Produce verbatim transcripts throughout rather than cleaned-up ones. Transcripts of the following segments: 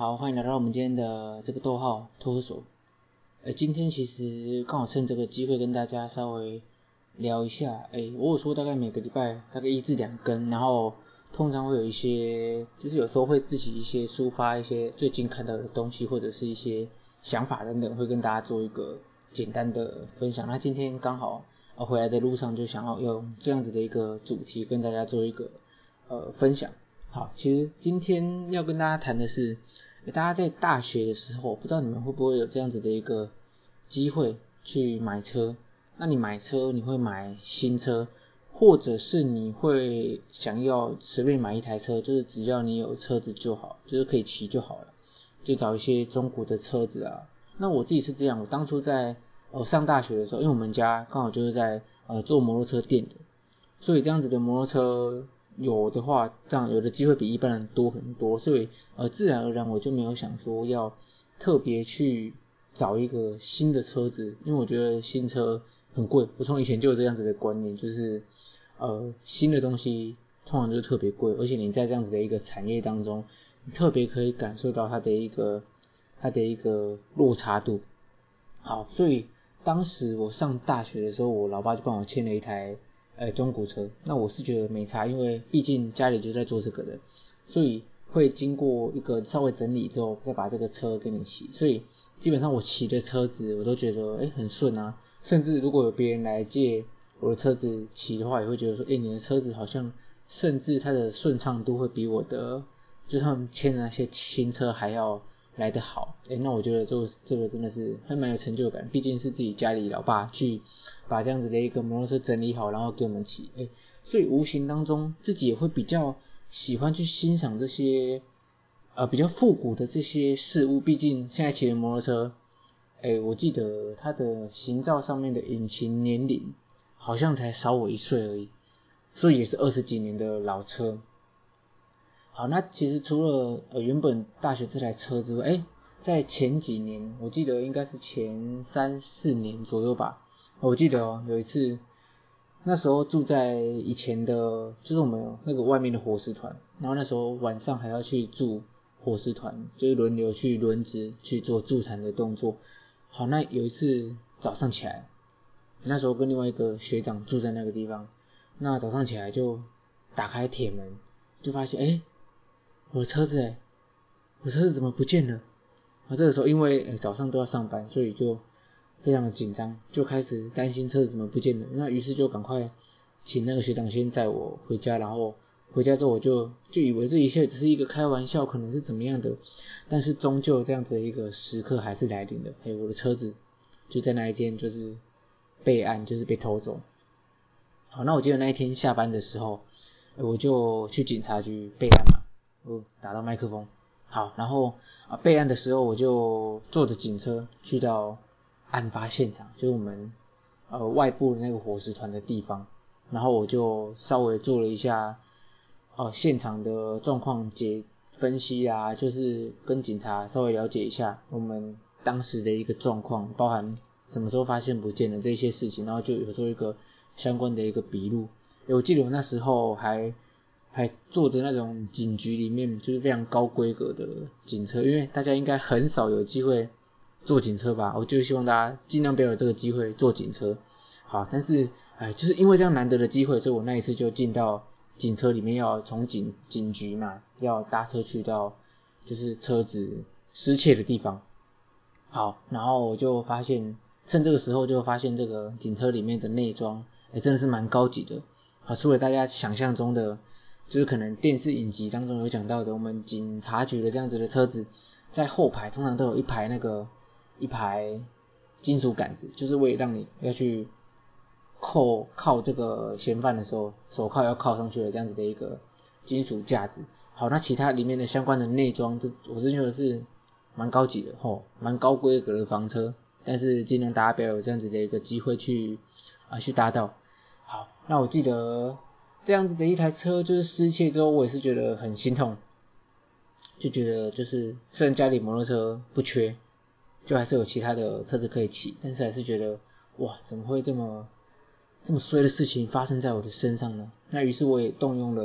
好，欢迎来到我们今天的这个逗号托儿所。呃，今天其实刚好趁这个机会跟大家稍微聊一下。诶，我有说大概每个礼拜大概一至两更，然后通常会有一些，就是有时候会自己一些抒发一些最近看到的东西，或者是一些想法等等，会跟大家做一个简单的分享。那今天刚好呃回来的路上就想要用这样子的一个主题跟大家做一个呃分享。好，其实今天要跟大家谈的是，大家在大学的时候，不知道你们会不会有这样子的一个机会去买车？那你买车，你会买新车，或者是你会想要随便买一台车，就是只要你有车子就好，就是可以骑就好了，就找一些中古的车子啊。那我自己是这样，我当初在呃上大学的时候，因为我们家刚好就是在呃做摩托车店的，所以这样子的摩托车有的话，这样有的机会比一般人多很多，所以呃自然而然我就没有想说要特别去找一个新的车子，因为我觉得新车很贵，我从以前就有这样子的观念，就是呃新的东西通常就是特别贵，而且你在这样子的一个产业当中，你特别可以感受到它的一个它的一个落差度。好，所以当时我上大学的时候，我老爸就帮我签了一台呃中古车，那我是觉得没差，因为毕竟家里就在做这个的，所以会经过一个稍微整理之后，再把这个车给你骑，所以基本上我骑的车子我都觉得诶很顺啊，甚至如果有别人来借我的车子骑的话，也会觉得说诶你的车子好像甚至它的顺畅度会比我的就是他们签的那些新车还要来得好。诶那我觉得这个这个真的是还蛮有成就感，毕竟是自己家里老爸去把这样子的一个摩托车整理好，然后给我们骑，诶所以无形当中自己也会比较喜欢去欣赏这些呃比较复古的这些事物，毕竟现在骑的摩托车，诶我记得它的行照上面的引擎年龄好像才少我一岁而已，所以也是二十几年的老车。好，那其实除了呃原本大学这台车之外，诶在前几年，我记得应该是前三四年左右吧，我记得哦有一次，那时候住在以前的，就是我们那个外面的伙食团，然后那时候晚上还要去住伙食团，就是轮流去轮值去做助谈的动作。好，那有一次早上起来，那时候跟另外一个学长住在那个地方，那早上起来就打开铁门，就发现诶我的车子诶我的车子怎么不见了？啊，这个时候因为早上都要上班，所以就非常的紧张，就开始担心车子怎么不见了。那于是就赶快请那个学长先载我回家，然后回家之后我就就以为这一切只是一个开玩笑，可能是怎么样的，但是终究这样子的一个时刻还是来临了。嘿，我的车子就在那一天就是备案，就是被偷走。好，那我记得那一天下班的时候，我就去警察局备案嘛，我打到麦克风。好，然后啊备案的时候我就坐着警车去到案发现场，就是我们呃外部的那个伙食团的地方，然后我就稍微做了一下呃现场的状况解分析啊，就是跟警察稍微了解一下我们当时的一个状况，包含什么时候发现不见了这些事情，然后就有做一个相关的一个笔录。我记得我那时候还还坐着那种警局里面就是非常高规格的警车，因为大家应该很少有机会坐警车吧，我就希望大家尽量不要有这个机会坐警车。好，但是哎，就是因为这样难得的机会，所以我那一次就进到警车里面，要从警警局嘛，要搭车去到就是车子失窃的地方。好，然后我就发现，趁这个时候就发现这个警车里面的内装，哎，真的是蛮高级的。好，除了大家想象中的，就是可能电视影集当中有讲到的，我们警察局的这样子的车子，在后排通常都有一排那个一排金属杆子，就是为了让你要去扣靠这个嫌犯的时候，手铐要铐上去的这样子的一个金属架子。好，那其他里面的相关的内装，我是觉得是蛮高级的吼，蛮高规格的房车，但是尽量大家不要有这样子的一个机会去啊去搭到。好，那我记得这样子的一台车就是失窃之后，我也是觉得很心痛，就觉得就是虽然家里摩托车不缺，就还是有其他的车子可以骑，但是还是觉得哇，怎么会这么这么衰的事情发生在我的身上呢？那于是我也动用了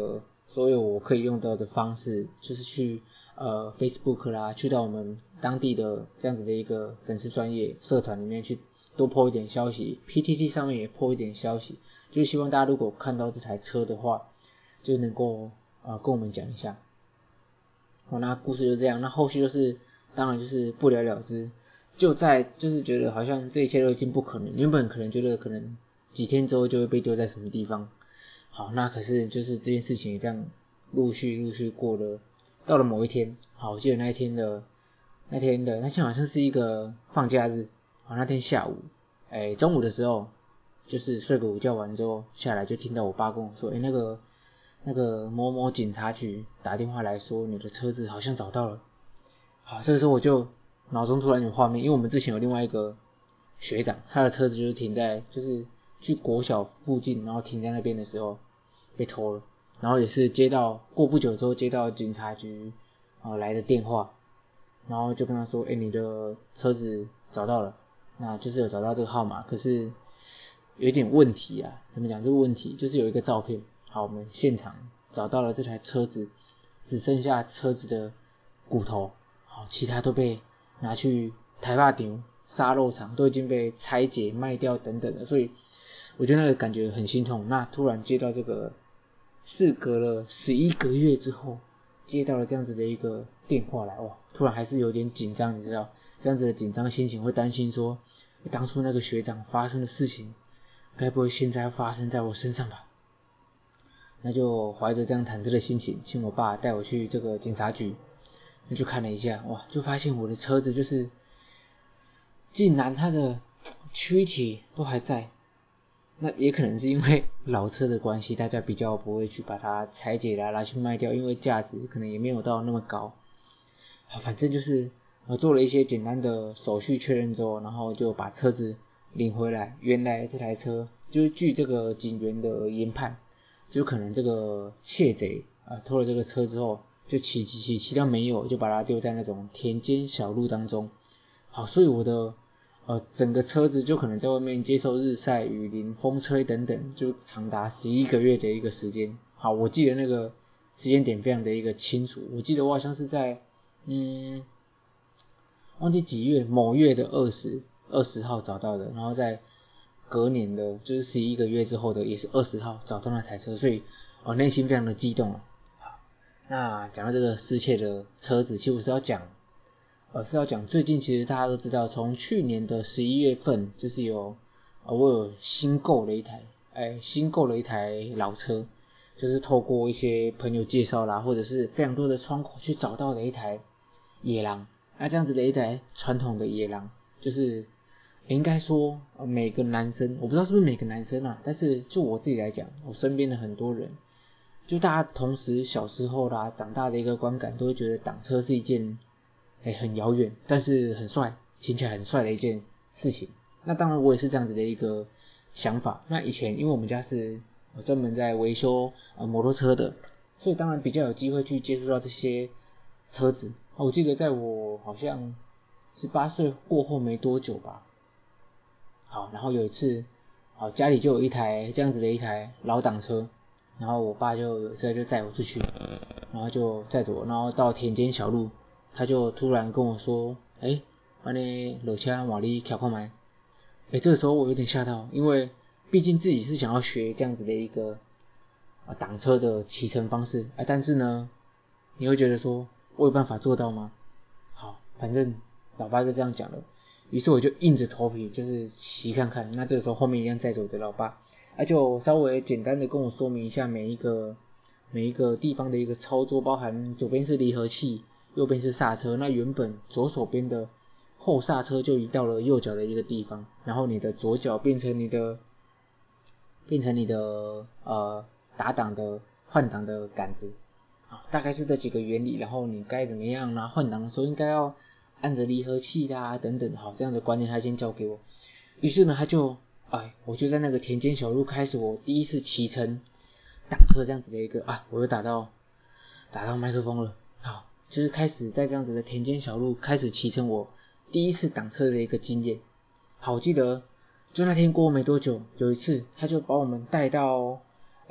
所有我可以用到的方式，就是去呃 Facebook 啦，去到我们当地的这样子的一个粉丝专页社团里面去多 po 一点消息 ，P T T 上面也 po 一点消息，就是希望大家如果看到这台车的话，就能够呃跟我们讲一下。好，那故事就这样，那后续就是当然就是不了了之，就在就是觉得好像这一切都已经不可能，原本可能觉得可能几天之后就会被丢在什么地方。好，那可是就是这件事情也这样陆续陆续过了，到了某一天，好，我记得那一天的那天的那天好像是一个放假日，好，那天下午，哎，中午的时候，就是睡个午觉完之后下来就听到我爸跟我说，哎，那个那个某某警察局打电话来说你的车子好像找到了。好，这个时候我就脑中突然有画面，因为我们之前有另外一个学长，他的车子就是停在就是去国小附近，然后停在那边的时候被偷了，然后也是接到过不久之后接到警察局呃来的电话，然后就跟他说，哎，你的车子找到了，那就是有找到这个号码，可是有一点问题啊，怎么讲这个问题？就是有一个照片，好，我们现场找到了这台车子，只剩下车子的骨头，好，其他都被拿去台霸场、杀肉场都已经被拆解卖掉等等的，所以我觉得那个感觉很心痛。那突然接到这个，事隔了十一个月之后，接到了这样子的一个电话来，哇，突然还是有点紧张，你知道，这样子的紧张心情会担心说，当初那个学长发生的事情，该不会现在要发生在我身上吧？那就怀着这样忐忑的心情，请我爸带我去这个警察局，那就看了一下，哇，就发现我的车子就是竟然它的躯体都还在，那也可能是因为老车的关系，大家比较不会去把它拆解啦，拿去卖掉，因为价值可能也没有到那么高。好，反正就是我做了一些简单的手续确认之后，然后就把车子领回来。原来这台车就是据这个警员的研判，就可能这个窃贼啊偷了这个车之后，就骑骑骑骑到没有，就把它丢在那种田间小路当中。好，所以我的呃整个车子就可能在外面接受日晒、雨淋、风吹等等，就长达十一个月的一个时间。好，我记得那个时间点非常的一个清楚，我记得我好像是在嗯忘记几月某月的二十二十号找到的，然后在隔年的就是十一个月之后的也是二十号找到那台车，所以我内心非常的激动。好，那讲到这个失窃的车子，其实我是要讲呃是要讲最近其实大家都知道，从去年的十一月份就是有呃我有新购了一台哎新购了一台老车，就是透过一些朋友介绍啦，或者是非常多的窗口去找到的一台野狼。那这样子的一台传统的野狼，就是应该说每个男生，我不知道是不是每个男生啊，但是就我自己来讲，我身边的很多人，就大家同时小时候啦长大的一个观感，都会觉得挡车是一件哎很遥远，但是很帅，听起来很帅的一件事情。那当然我也是这样子的一个想法。那以前因为我们家是我专门在维修呃摩托车的，所以当然比较有机会去接触到这些车子。我记得在我好像十八岁过后没多久吧，好，然后有一次，好家里就有一台这样子的一台老挡车，然后我爸就有一次就载我出去，然后就载着我，然后到田间小路，他就突然跟我说，哎，安尼落车换你骑看卖。哎，这个时候我有点吓到，因为毕竟自己是想要学这样子的一个啊挡车的骑乘方式，啊，但是呢，你会觉得说，我有办法做到吗？好，反正老爸就这样讲了，于是我就硬着头皮就是骑看看。那这个时候后面一样载着我的老爸，啊就稍微简单的跟我说明一下每一个每一个地方的一个操作，包含左边是离合器，右边是刹车。那原本左手边的后刹车就移到了右脚的一个地方，然后你的左脚变成你的变成你的呃打档的换挡的杆子。好，大概是这几个原理，然后你该怎么样啦？换挡的时候应该要按着离合器啦，等等，好，这样的观念他先教给我。于是呢，他就，哎，我就在那个田间小路开始我第一次骑乘挡车这样子的一个啊，我又打到打到麦克风了，好，就是开始在这样子的田间小路开始骑乘我第一次挡车的一个经验。好，我记得就那天过没多久，有一次他就把我们带到。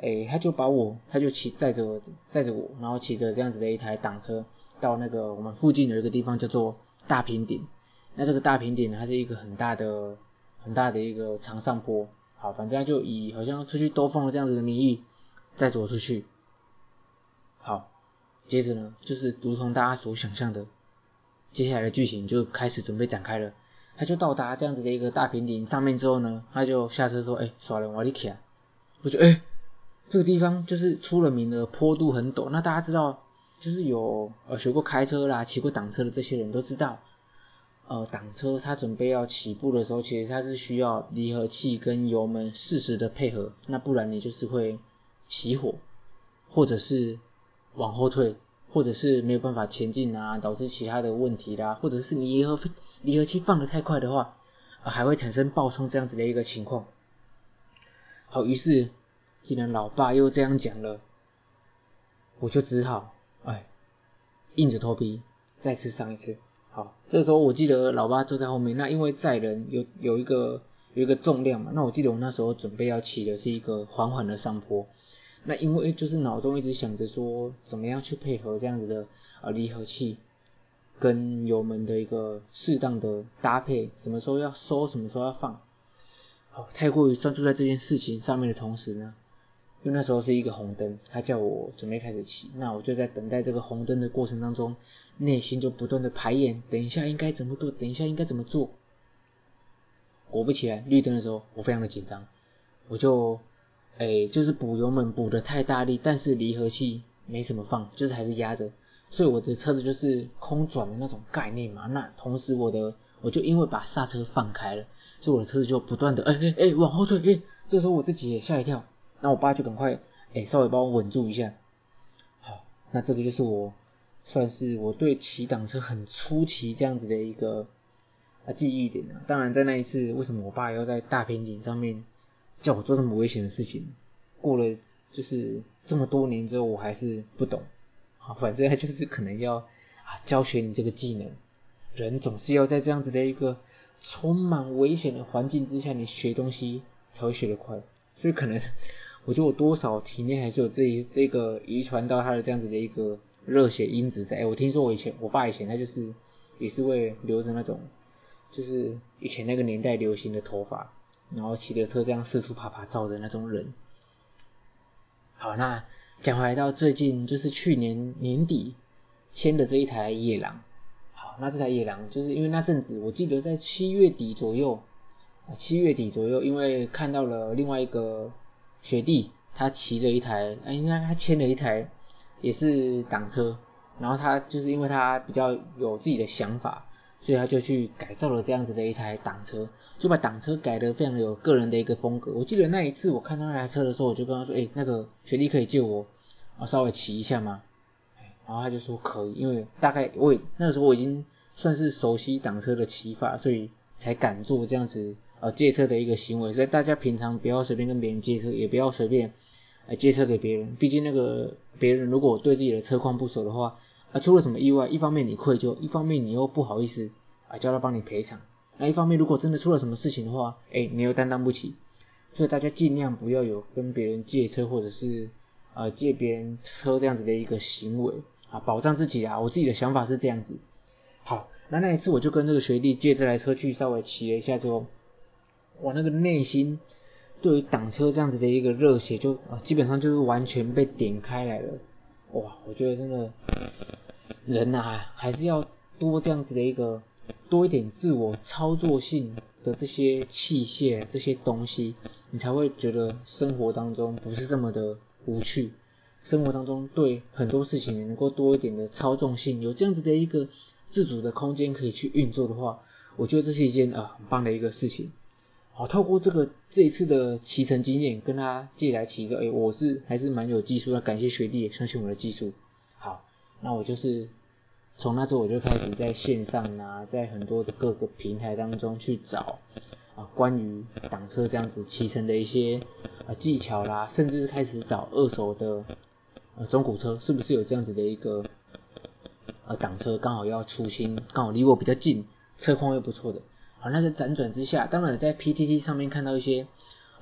诶，他就把我，他就骑载着我，载着我，然后骑着这样子的一台挡车到那个我们附近有一个地方叫做大平顶。那这个大平顶它是一个很大的、很大的一个长上坡。好，反正他就以好像出去兜风的这样子的名义载着我出去。好，接着呢，就是如同大家所想象的，接下来的剧情就开始准备展开了。他就到达这样子的一个大平顶上面之后呢，他就下车说：“哎、欸，耍人我你起来。”我就哎、欸，这个地方就是出了名的坡度很陡。那大家知道，就是有呃学过开车啦、骑过挡车的这些人都知道，呃，挡车它准备要起步的时候，其实它是需要离合器跟油门适时的配合，那不然你就是会熄火，或者是往后退，或者是没有办法前进啊，导致其他的问题啦，或者是你离合离合器放得太快的话，呃、还会产生爆冲这样子的一个情况。好，于是既然老爸又这样讲了，我就只好哎硬着头皮再次上一次。好，这时候我记得老爸坐在后面，那因为载人有有一个有一个重量嘛，那我记得我那时候准备要骑的是一个缓缓的上坡。那因为就是脑中一直想着说怎么样去配合这样子的呃离合器跟油门的一个适当的搭配，什么时候要收，什么时候要放。好，太过于专注在这件事情上面的同时呢，因为那时候是一个红灯，他叫我准备开始骑，那我就在等待这个红灯的过程当中，内心就不断的排演，等一下应该怎么做，等一下应该怎么做。果不其然，绿灯的时候我非常的紧张，我就诶就是补油门补的太大力，但是离合器没什么放，就是还是压着，所以我的车子就是空转的那种概念嘛。那同时我的我就因为把刹车放开了，所以我的车子就不断的诶诶诶往后退，诶这时候我自己也吓一跳，那我爸就赶快诶稍微帮我稳住一下。好，那这个就是我算是我对骑挡车很初期这样子的一个啊记忆点啊。当然在那一次为什么我爸要在大平顶上面叫我做这么危险的事情，过了就是这么多年之后我还是不懂。好，反正就是可能要啊教学你这个技能，人总是要在这样子的一个充满危险的环境之下，你学东西才会学得快。所以可能我觉得我多少体内还是有这这个遗传到他的这样子的一个热血因子在。我听说我以前我爸以前他就是也是会留着那种就是以前那个年代流行的头发，然后骑着车这样四处爬爬照的那种人。好，那讲回来到最近就是去年年底签的这一台野狼。好，那这台野狼就是因为那阵子我记得在七月底左右，七月底左右，因为看到了另外一个学弟，他骑着一台，哎，应该他牵了一台也是挡车，然后他就是因为他比较有自己的想法，所以他就去改造了这样子的一台挡车，就把挡车改得非常的有个人的一个风格。我记得那一次我看到那台车的时候，我就跟他说，哎，那个学弟可以借我啊稍微骑一下吗？然后他就说可以，因为大概我也那个时候我已经算是熟悉挡车的骑法，所以才敢做这样子呃借车的一个行为。所以大家平常不要随便跟别人借车，也不要随便呃借车给别人，毕竟那个别人如果对自己的车况不熟的话，啊出了什么意外，一方面你愧疚，一方面你又不好意思啊叫他帮你赔偿，那一方面如果真的出了什么事情的话，哎你又担当不起。所以大家尽量不要有跟别人借车或者是呃借别人车这样子的一个行为啊，保障自己啊。我自己的想法是这样子。好，那那一次我就跟这个学弟借这台车去稍微骑了一下之后，我那个内心对于挡车这样子的一个热血就啊基本上就是完全被点开来了。哇，我觉得真的人啊还是要多这样子的一个多一点自我操作性的这些器械这些东西，你才会觉得生活当中不是这么的无趣，生活当中对很多事情你能够多一点的操纵性，有这样子的一个自主的空间可以去运作的话，我觉得这是一件呃很棒的一个事情。好，透过这个这一次的骑乘经验跟他借来骑着，诶我是还是蛮有技术的，感谢学弟也相信我的技术。好，那我就是从那之后我就开始在线上啊，在很多的各个平台当中去找啊关于挡车这样子骑乘的一些啊技巧啦，甚至是开始找二手的呃中古车是不是有这样子的一个呃挡车刚好要出新，刚好离我比较近，车况又不错的。好，那在辗转之下，当然在 P T T 上面看到一些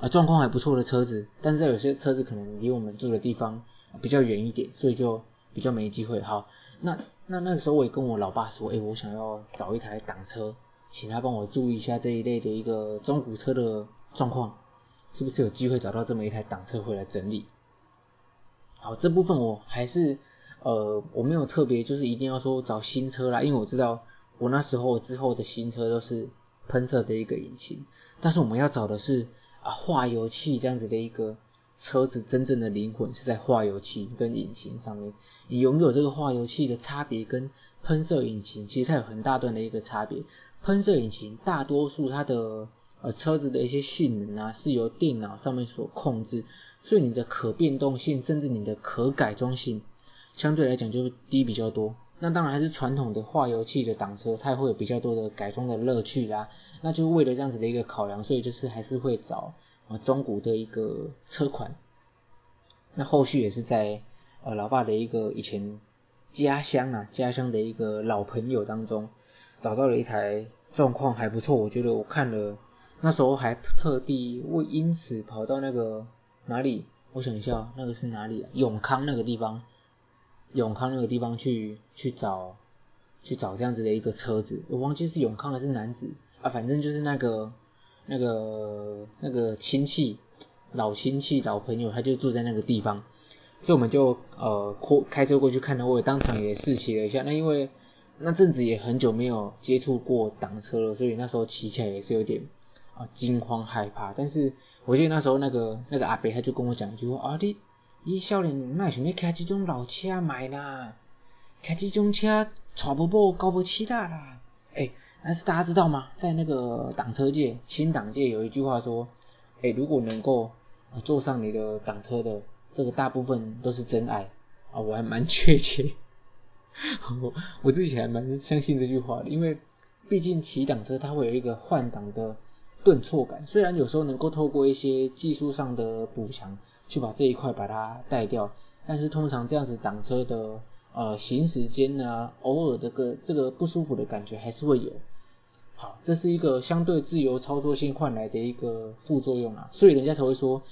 呃状况还不错的车子，但是有些车子可能离我们住的地方比较远一点，所以就比较没机会。好，那那那个时候我也跟我老爸说，哎，我想要找一台挡车，请他帮我注意一下这一类的一个中古车的状况，是不是有机会找到这么一台挡车回来整理。好，这部分我还是呃我没有特别就是一定要说找新车啦，因为我知道我那时候之后的新车都是喷射的一个引擎，但是我们要找的是啊化油器这样子的一个车子真正的灵魂是在化油器跟引擎上面。你拥有这个化油器的差别跟喷射引擎其实它有很大段的一个差别。喷射引擎大多数它的呃车子的一些性能啊是由电脑上面所控制，所以你的可变动性甚至你的可改装性相对来讲就低比较多。那当然还是传统的化油器的挡车，它会有比较多的改装的乐趣啦。那就为了这样子的一个考量，所以就是还是会找呃中古的一个车款。那后续也是在呃老爸的一个以前家乡啊家乡的一个老朋友当中找到了一台状况还不错，我觉得我看了那时候还特地为因此跑到那个哪里，我想一下那个是哪里啊，永康那个地方。永康那个地方去去找去找这样子的一个车子，我忘记是永康还是南子啊，反正就是那个那个那个亲戚老亲戚老朋友，他就住在那个地方，所以我们就呃开车过去看了，我也当场也试骑了一下。那因为那阵子也很久没有接触过挡车了，所以那时候骑起来也是有点啊惊慌害怕。但是我记得那时候那个那个阿伯他就跟我讲一句话啊，你你少年哪想要开这种老车买啦？开这种车娶不某交不起啦啦！哎，但是大家知道吗？在那个挡车界、轻挡界有一句话说，哎，如果能够坐上你的挡车的，这个大部分都是真爱啊！我还蛮确切，我我自己还蛮相信这句话的，因为毕竟骑挡车它会有一个换挡的顿挫感，虽然有时候能够透过一些技术上的补强去把这一块把它带掉，但是通常这样子挡车的呃行驶间呢，偶尔的个这个不舒服的感觉还是会有。好，这是一个相对自由操作性换来的一个副作用啊，所以人家才会说，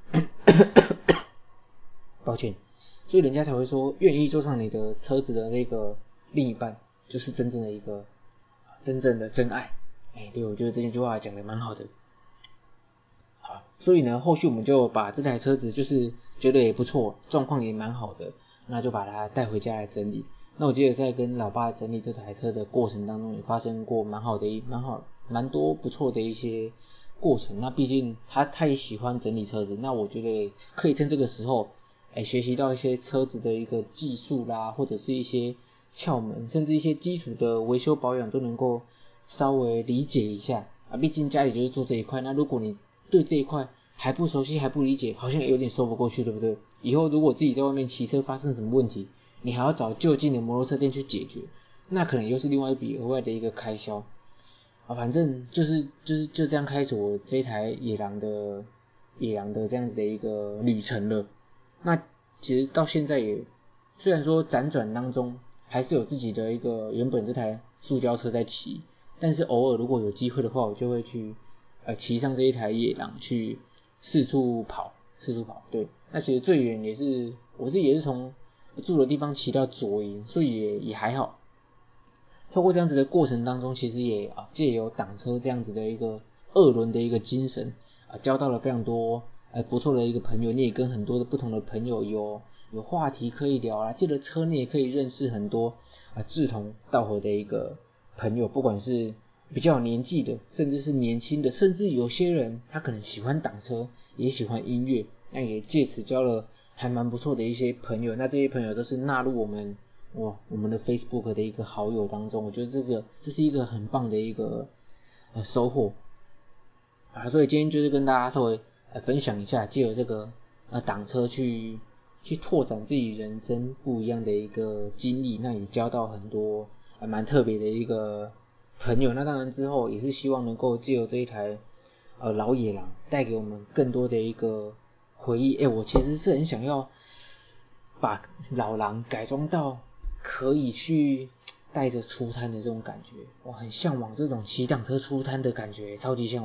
抱歉，所以人家才会说，愿意坐上你的车子的那个另一半，就是真正的一个真正的真爱。哎，对，我觉得这句话讲的蛮好的。好，所以呢，后续我们就把这台车子就是觉得也不错，状况也蛮好的，那就把它带回家来整理。那我记得在跟老爸整理这台车的过程当中，也发生过蛮好的一蛮好蛮多不错的一些过程。那毕竟他他也喜欢整理车子，那我觉得可以趁这个时候，哎，学习到一些车子的一个技术啦，或者是一些窍门，甚至一些基础的维修保养都能够稍微理解一下啊。毕竟家里就是做这一块，那如果你对这一块还不熟悉还不理解，好像有点说不过去，对不对？以后如果自己在外面骑车发生什么问题，你还要找就近的摩托车店去解决，那可能又是另外一笔额外的一个开销啊。反正就是就是就这样开始我这一台野狼的野狼的这样子的一个旅程了。那其实到现在也虽然说辗转当中还是有自己的一个原本这台塑胶车在骑，但是偶尔如果有机会的话，我就会去呃骑上这一台野狼去四处跑，四处跑。对，那其实最远也是我自己也是从住的地方骑到左营，所以也也还好。透过这样子的过程当中，其实也啊借由挡车这样子的一个二轮的一个精神啊，交到了非常多呃不错的一个朋友，你也跟很多的不同的朋友有有话题可以聊啊。借着车你也可以认识很多啊志同道合的一个朋友，不管是比较有年纪的，甚至是年轻的，甚至有些人他可能喜欢挡车，也喜欢音乐，那也借此交了还蛮不错的一些朋友。那这些朋友都是纳入我们哇我们的 Facebook 的一个好友当中，我觉得这个这是一个很棒的一个呃收获啊。所以今天就是跟大家稍微呃分享一下，借由这个呃挡车去去拓展自己人生不一样的一个经历，那也交到很多还蛮特别的一个朋友。那当然之后也是希望能够借由这一台呃老野狼带给我们更多的一个回忆。诶，我其实是很想要把老狼改装到可以去带着出摊的这种感觉，我很向往这种骑挡车出摊的感觉，超级向往。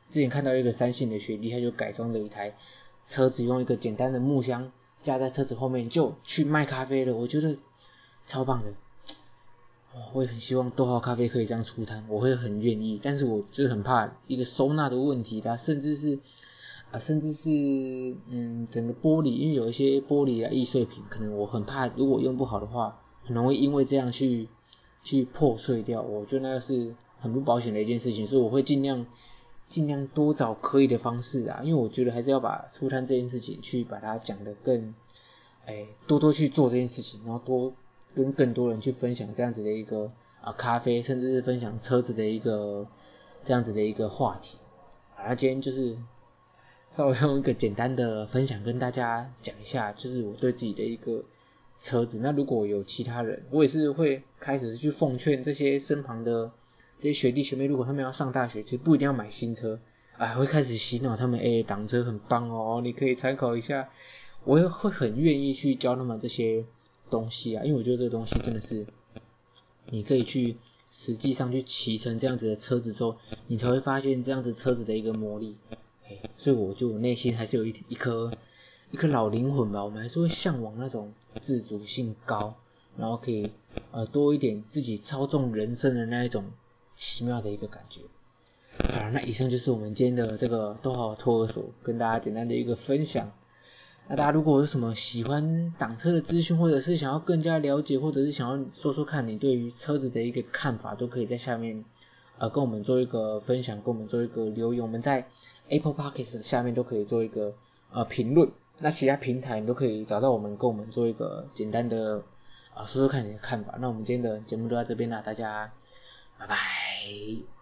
之前看到一个三星的学弟，他就改装了一台车子，用一个简单的木箱架在车子后面就去卖咖啡了，我觉得超棒的。我也很希望逗号咖啡可以这样出摊，我会很愿意，但是我就是很怕一个收纳的问题啦，甚至是啊，甚至是嗯整个玻璃，因为有一些玻璃啊易碎品，可能我很怕如果用不好的话，可能会因为这样去去破碎掉，我觉得那是很不保险的一件事情，所以我会尽量尽量多找可以的方式啊，因为我觉得还是要把出摊这件事情去把它讲得更，哎，多多去做这件事情，然后多跟更多人去分享这样子的一个啊咖啡，甚至是分享车子的一个这样子的一个话题。好，那今天就是稍微用一个简单的分享跟大家讲一下，就是我对自己的一个车子。那如果有其他人，我也是会开始去奉劝这些身旁的这些学弟学妹，如果他们要上大学，其实不一定要买新车啊，会开始洗脑他们，哎，挡车很棒哦，你可以参考一下。我也会很愿意去教他们这些东西啊，因为我觉得这个东西真的是你可以去实际上去骑成这样子的车子之后，你才会发现这样子车子的一个魔力。所以我就我内心还是有一一颗一颗老灵魂吧，我们还是会向往那种自主性高，然后可以呃多一点自己操纵人生的那一种奇妙的一个感觉。好，那以上就是我们今天的这个逗号托儿所跟大家简单的一个分享。那大家如果有什么喜欢挡车的资讯，或者是想要更加了解，或者是想要说说看你对于车子的一个看法，都可以在下面呃跟我们做一个分享，跟我们做一个留言。我们在 Apple Podcast 下面都可以做一个呃评论，那其他平台你都可以找到我们，跟我们做一个简单的啊、呃、说说看你的看法。那我们今天的节目就到这边啦，大家拜拜。